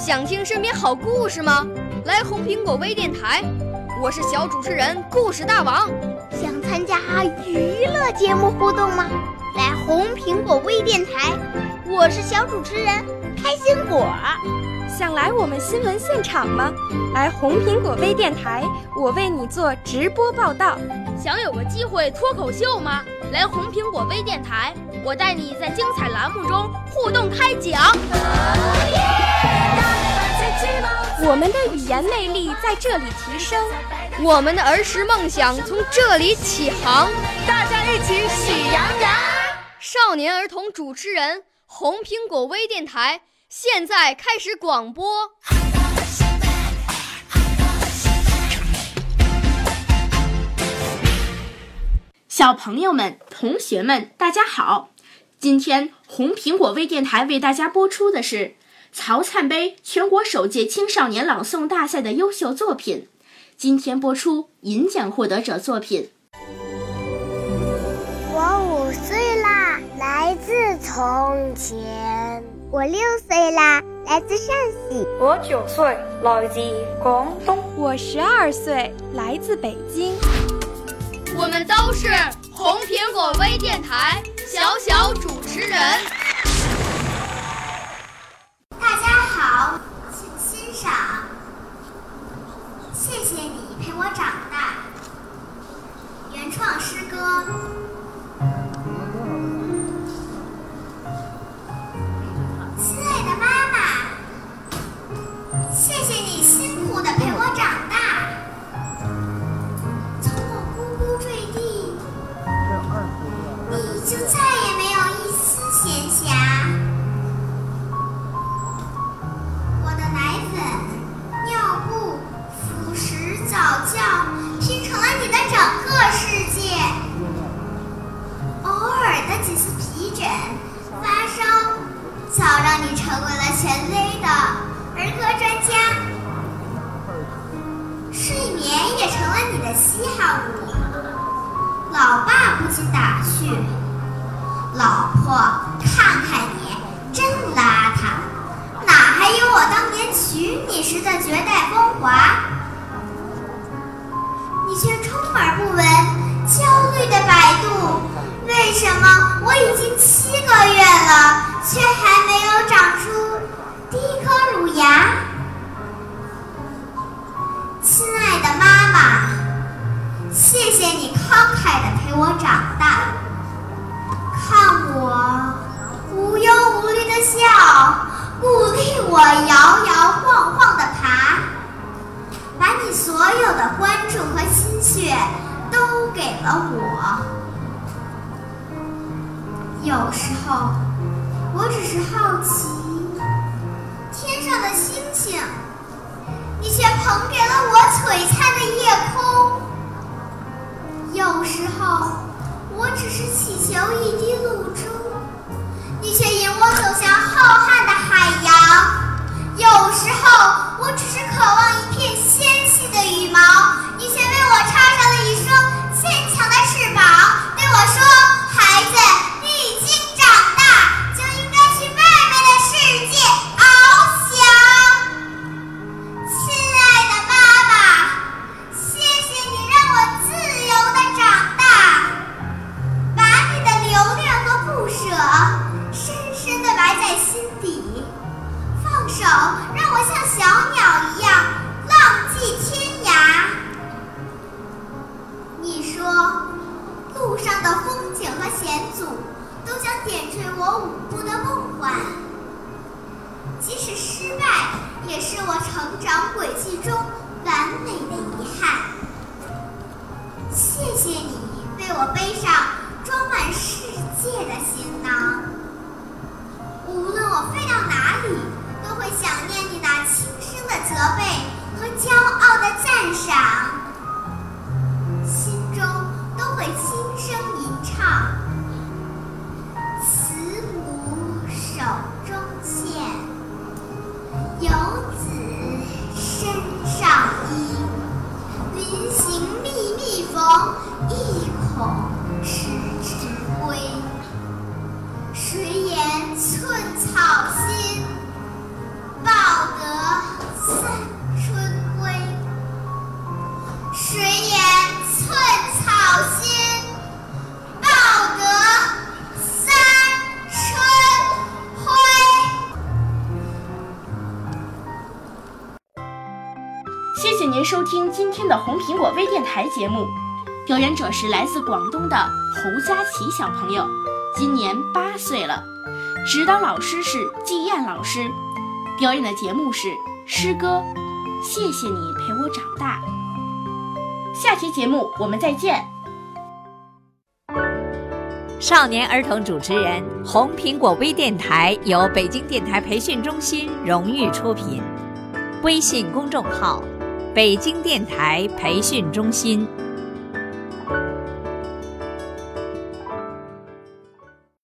想听身边好故事吗？来红苹果微电台，我是小主持人故事大王。 想参加娱乐节目互动吗？来红苹果微电台，我是小主持人开心果。 想来我们新闻现场吗？来红苹果微电台，我为你做直播报道。 想有个机会脱口秀吗？来红苹果微电台，我带你在精彩栏目中互动开讲。 我们的语言魅力在这里提升， 我们的儿时梦想从这里起航。 大家一起喜羊羊。 少年儿童主持人，红苹果微电台现在开始广播。 小朋友们、同学们，大家好！今天红苹果微电台为大家播出的是曹灿杯全国首届青少年朗诵大赛的优秀作品。今天播出银奖获得者作品。 我5岁啦，来自从前。我6岁啦，来自陕西。 我9岁，来自廣東。 我12岁，来自北京。 我们都是红苹果微电台小主持人。 大家好，请欣赏。谢谢你陪我长大。原创诗歌。亲爱的妈妈，谢谢你辛苦地陪我长大。从我呱呱坠地，你就再也没有一丝闲暇。我的奶粉、尿布、辅食、早教拼成了你的整个世界。偶尔的几次皮疹、发烧，早让你成为了权威的儿科专家。睡眠也成了你的稀罕物。老爸不禁打趣：老婆，看看你，真邋遢，哪还有我当年娶你时的绝代风华？你却充耳不闻，焦虑的百度，为什么我已经7个月了，却还没有长出第一颗乳牙？亲爱的妈妈，谢谢你慷慨地陪我长大，看我无忧无虑地笑，鼓励我摇摇晃晃地爬，把你所有的关注和心血都给了我。有时候我只是好奇天上的星星，你却捧给了我璀璨的夜空。有时候我只是祈求一滴露珠，你却引我走向浩瀚的海洋。有时候我只是渴望一片纤细的羽毛，你却为我插上了一双坚强的翅膀，对我说：孩子，你已经长大，就应该去外面的世界翱翔。亲爱的妈妈，谢谢你让我自由地长大，把你的留恋和不舍深深地埋在心底，放手让我像小鸟一样浪迹天涯。你说路上的风景和险阻都将点缀我舞步的梦幻，即使失败也是我成长轨迹中完美的遗憾。谢谢你为我背上装满世界的行囊，无论我飞到哪里，都会想念你那轻声的责备和骄傲的赞赏，心中都会轻声吟唱：慈母手中线，游子身上衣，临行密密缝，意恐迟迟归。谁言寸草心， 谢您收听今天的红苹果微电台节目。表演者是来自广东的侯佳琪小朋友，今年8岁了。指导老师是季燕老师。表演的节目是诗歌《谢谢你陪我长大》。下期节目我们再见。 少年儿童主持人，红苹果微电台由北京电台培训中心荣誉出品。微信公众号：北京电台培训中心。